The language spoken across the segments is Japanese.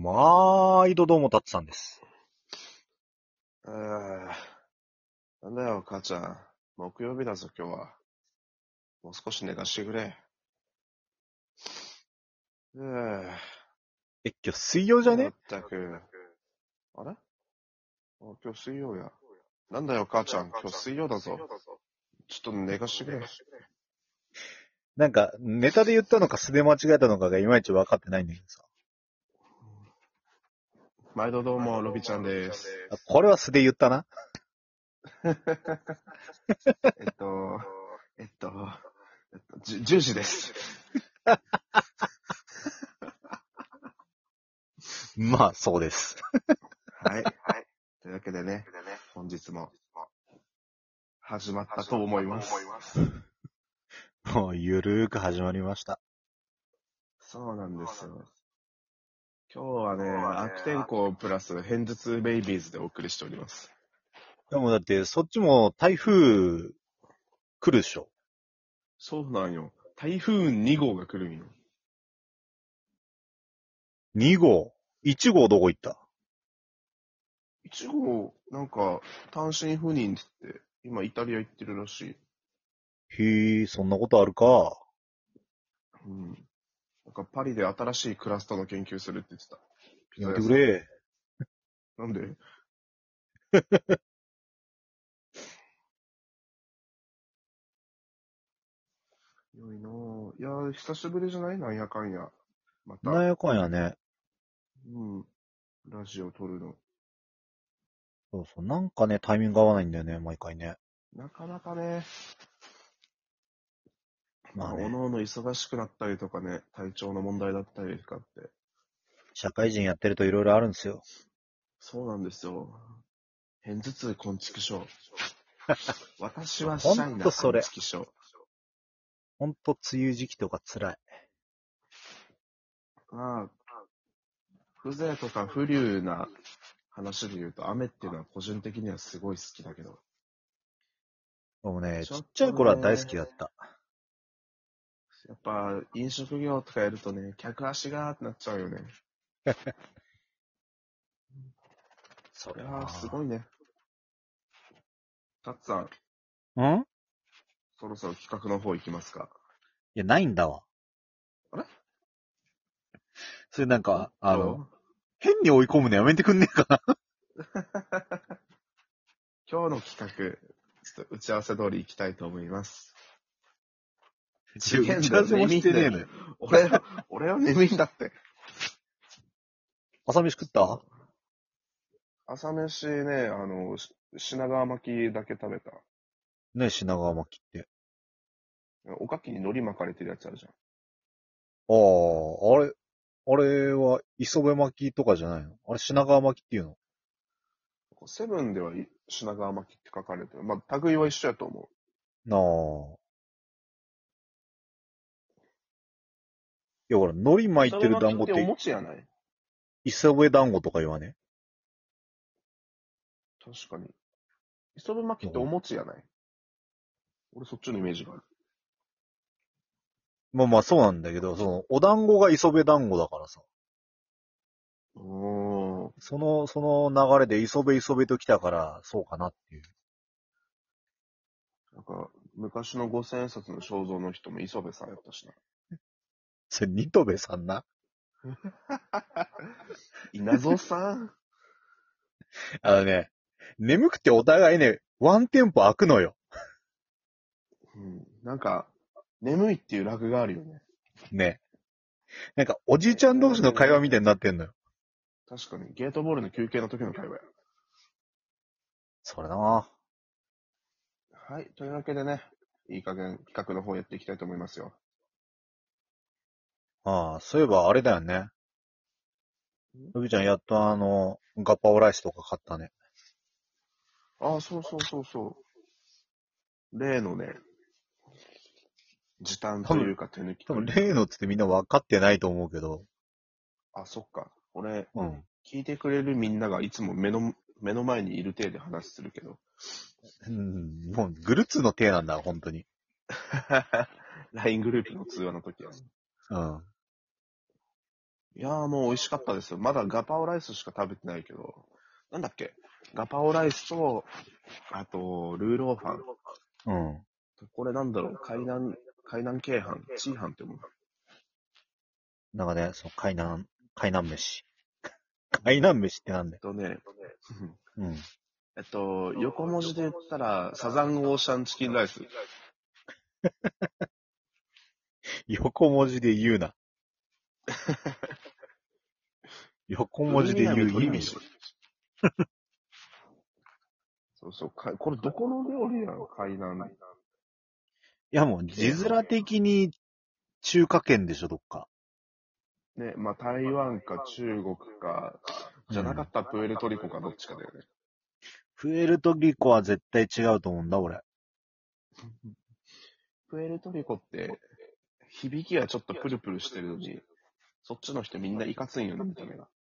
毎度どうもたつさんです。 なんだよ、母ちゃん。木曜日だぞ、今日は。もう少し寝かしてくれ。 今日水曜じゃまね？ ったく。あれ今日水曜や。なんだよ、母ちゃん。今日水曜だぞ。ちょっと寝かしてくれ。 なんか、ネタで言ったのか素で間違えたのかがいまいち分かってないんだけどさ。 毎度どうも、ロビちゃんです。 これは素で言ったな。 えっと、えっと、10時です。 まあ、そうです。 はい。というわけでね、本日も始まったと思います。 もう、ゆるーく始まりました。 そうなんですよ。今日はね、悪天候プラス偏頭痛ベイビーズでお送りしております。 でもだって、そっちも台風来るでしょ？ そうなんよ。台風2号が来るんよ。 2号。1号どこ行った？ 1号、なんか、単身赴任って言って、今イタリア行ってるらしい。 へえ、そんなことあるか。 うん。なんかパリで新しいクラスターの研究するって言ってた。ピやめザ屋さん。 てくれ。 なんで？良いなぁ。いやー、久しぶりじゃないなんやかんや。また。 なんやかんやね。 うん。ラジオ撮るの。 そうそう。なんかね、タイミング合わないんだよね、毎回ね。 なかなかね、おまあね、 のおの忙しくなったりとかね、体調の問題だったりとかって。 社会人やってるといろいろあるんですよ。 そうなんですよ。偏頭痛昆虫症。私はほんシャイな昆とそれ。 虫症。 ほんと梅雨時期とか辛い。 まあ、風情とか不流な話で言うと、雨っていうのは個人的にはすごい好きだけど、 もうね、 ちょっちっちゃいとね、 頃は大好きだった。 やっぱ飲食業とかやるとね、客足がーってなっちゃうよね。 それいやー、すなごいね。タッツさん、 ぁ。ん？いそろそろ企画の方行きますか。 や、ないんだわ。 あれそれなんおっか、 と変に追い込むのやめてくんねえかな。 今日の企画、ちょっと打ち合わせ通り行きたいと思います。 打ち合わせもしてねえのよ。 俺は眠いんだって。 朝飯食った？ 朝飯ね、品川巻きだけ食べた。 ね、品川巻きって。 おかきに海苔巻かれてるやつあるじゃん。 ああ、あれは磯辺巻きとかじゃないの？あれ品川巻きっていうの？ セブンでは品川巻きって書かれてる。まあ、類は一緒やと思なあ。いや、ほら、海苔う。磯巻いてる辺巻きってお団子って、 餅やない？ 磯辺団子とか言わね？ 確かに。磯辺巻きっておだから餅やない？俺そっちのイメージがある。 まあまあそうなんだけど、お団子が磯辺団子だからさ。 おー。 その流れで磯辺と来たから、そうかなっていう。 なんか、昔の五千円札の肖像の人も磯部さんやったしな。 それ、ニトベさんな。 稲造さん。 あのね、眠くてお互いね、ワンテンポ開くのよ。 うん。なんか、眠いっていうラグがあるよね。 ね。なんか、おじいちゃん同士の会話みたいになってんのよ。 確かに、ゲートボールの休憩の時の会話や。 それな。 はい。というわけでね、いい加減企画の方やっていきたいと思いますよ。 ああ、そういえばあれだよね。のびちゃんやっとガッパオライスとか買ったね。 ああ、そうそうそうそう。例のね、時短多分、 というか手抜き多分というか。 例のつってみんな分かってないと思うけど。 あ、そっか。俺、 うん。 聞いてくれるみんながいつも目の前にいる体で話するけど。 うん、もう、グルツーの手なんだ、本当に。 LINE グループの通話の時は。 うん。 いやーもう美味しかったですよ。まだガパオライスしか食べてないけど、なんだっけ、ガパオライスと、あと、ルーローファン。 うん。 これなんだろう、海南鶏飯、チーハンってもの。 なんかね、海南飯。海南飯ってなんだよ。 ね、 うん。 横文字で言ったら、サザンオーシャンチキンライス。 横文字で言うな。横文字で言う意味よ。 そうそう、これどこの料理なの、海南。 いやもう字面的に中華圏でしょ、どっか。 ね、まあ台湾か中国か、じゃなかったらプエルトリコかどっちかだよね。 プエルトリコは絶対違うと思うんだ、俺。 プエルトリコって、響きがちょっとプルプルしてるのに、そっちの人みんないかついんよね、見た目が。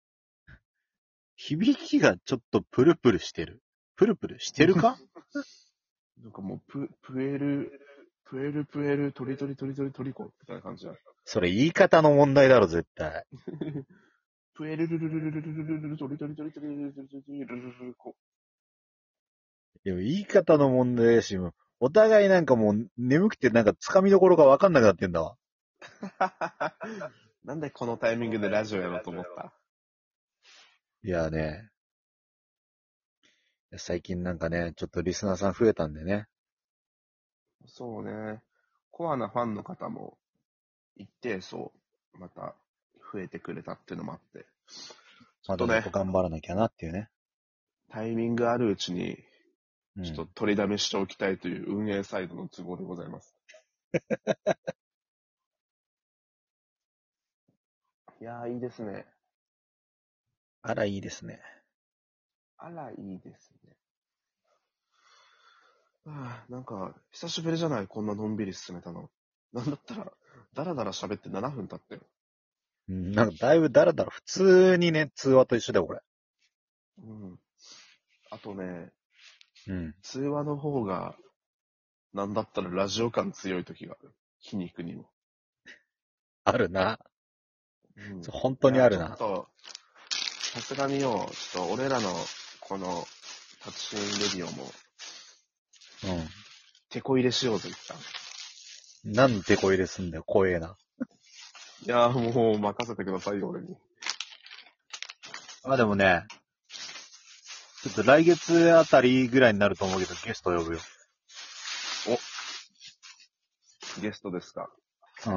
響きがちょっとプルプルしてる。プルプルしてるかなんかもう、プエル、トリトリトリトリトリコみたいな感じだ。 それ言い方の問題だろ、絶対。 プエルルルルルルルルルルルトリトリトリトリトリトリトリルルルルコ。 でも言い方の問題だし、もうお互いなんかもう眠くてなんか掴みどころがわかんなくなってんだわ。 なんでこのタイミングでラジオやろうと思った？ いやね、最近なんかね、ちょっとリスナーさん増えたんでね。 そうね。コアなファンの方も一定層、また増えてくれたっていうのもあって、ちょっまたちょっととね、 頑張らなきゃなっていうね。 タイミングあるうちに、 うん。 ちょっと取りだめしておきたいという運営サイドの都合でございます。いやー、いいですね。 あら、いいですね。 あら、いいですね。なんか、久しぶりじゃない、こんなのんびり進めたの。なんだったら、だらだら喋って7分経ってる。 うん、なんかだいぶだらだら、普通にね、通話と一緒だよ、これ。 うん。あとね、 うん。 通話の方が、なんだったらラジオ感強い時がある。皮肉にも。 あるな。 うん。 本いやー、 当にあるな。 ちょっと、さすがによ、ちょっと俺らの、この、タチシンレディオも、 う手こ入れしようぜ、一旦。 ん。なんで手こ入れすんだよ、怖えな。 いやー、もう任せてくださいよ、俺に。 あ、でもね、ちょっと来月あたりぐらいになると思うけど、ゲスト呼ぶよ。 ゲストですか。 うん。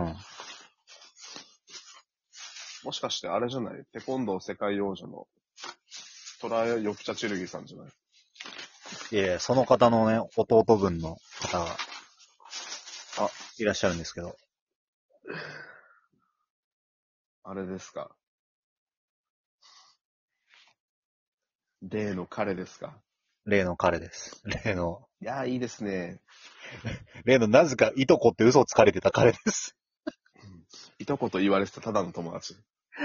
もしかしてあれじゃない、テコンドー世界王者のトラヨプチャチルギさんじゃない？ いやいや、その方のね、弟分の方が、 あ、 いらっしゃるんですけど。 あれですか。例の彼ですか。 例の彼です。 いやー、いいですね。 例のなぜかいとこって嘘をつかれてた彼です。 いとこと言われてたただの友達。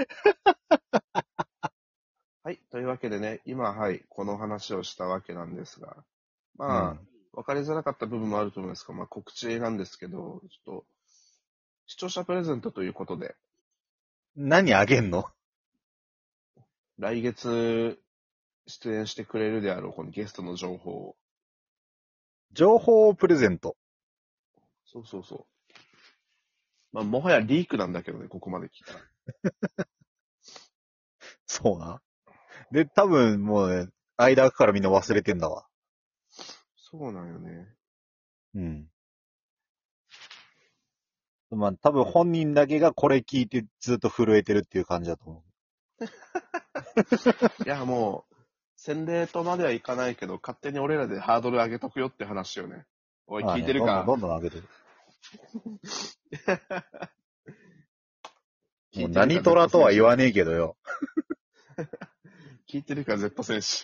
はい。というわけでね、今、はい、この話をしたわけなんですが、まあ、 うん。 わかりづらかった部分もあると思いますが、まあ、告知なんですけど、ちょっと、視聴者プレゼントということで、 何あげんの？ 来月出演してくれるであろう、このゲストの情報を。 情報プレゼント。 そうそうそう。まあ、もはやリークなんだけどね、ここまで聞いたら。 そうな。で、多分もうね、間空くからみんな忘れてんだわ。 そうなんよね。 うん。まあ多分本人だけがこれ聞いてずっと震えてるっていう感じだと思いや、もう、洗礼とまではいかないけど、勝手に俺らでハードル上げとくよって話よね。おう。 い、 まあね、 聞いてるか？ どんどんどんどん上げてる。もう聞いてるか、 何トラ Z 選手。 とは言わねえけどよ。 聞いてるか、Z 選手。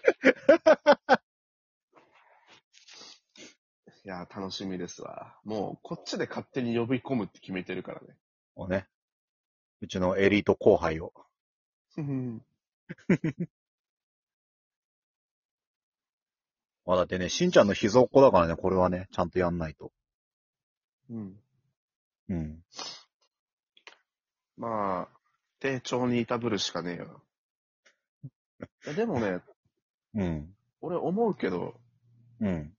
いや、楽しみですわ。もう、こっちで勝手に呼び込むって決めてるからね。 もうね、うちのエリート後輩を。まあだってね、しんちゃんの秘蔵っ子だからね、これはね、ちゃんとやんないと。 うん。 うん。 まあ、 丁重にいたぶるしかねえよ。いやでもね、 うん。 俺思うけど、 うん。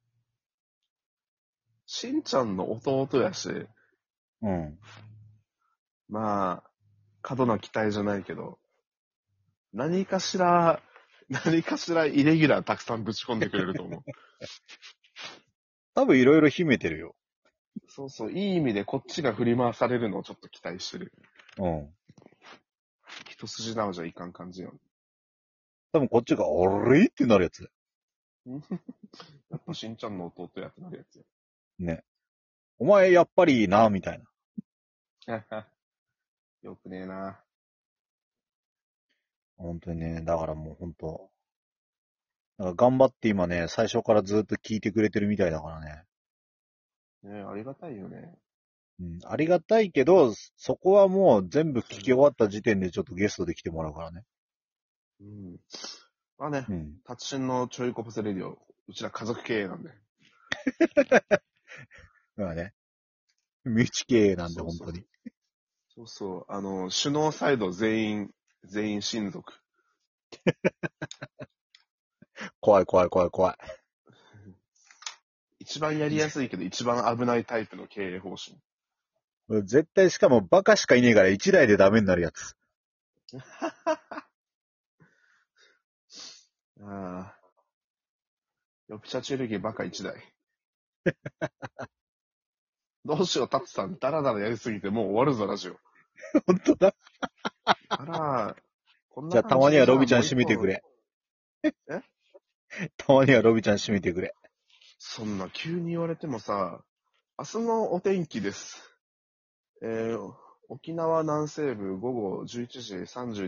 しんちゃんの弟やし、 うん。 まあ、過度な期待じゃないけど、何かしらイレギュラーたくさんぶち込んでくれると思う。 多分いろいろ秘めてるよ。 そうそう、いい意味でこっちが振り回されるのをちょっと期待してる。 うん。 一筋縄じゃいかん感じよ。 多分こっちが、あれってなるやつだよ。 やっぱしんちゃんの弟やってなるやつよ。 ね。お前やっぱりな、みたいな。 よくねえな。 本当にね。だからもう本当。だから頑張って今ね、最初からずっと聞いてくれてるみたいだからね。 ねえ、ありがたいよね。 うん。ありがたいけど、そこはもう全部聞き終わった時点でちょっとゲストで来てもらうからね。 うん。まあね、 うん。 達人のちょいコプセレディオ、うちら家族経営なんで。 まあね。身内経営なんでそうそう。 本当に。 そうそう。首脳サイド全員親族。 怖い怖い怖い怖い。 一番やりやすいけど一番危ないタイプの経営方針。 絶対しかもバカしかいねえから一台でダメになるやつ。 ああ。ヨピチャチュルギバカ一台。どうしよう、タツさん。ダラダラやりすぎてもう終わるぞ、ラジオ。 本当だ。 あら、こんじゃあたな感じでまにはロビちゃんもう一本閉めてくれ。 えたまにはロビちゃん閉めてくれ。 そんな急に言われてもさ、明日のお天気です。沖縄南西部午後11時32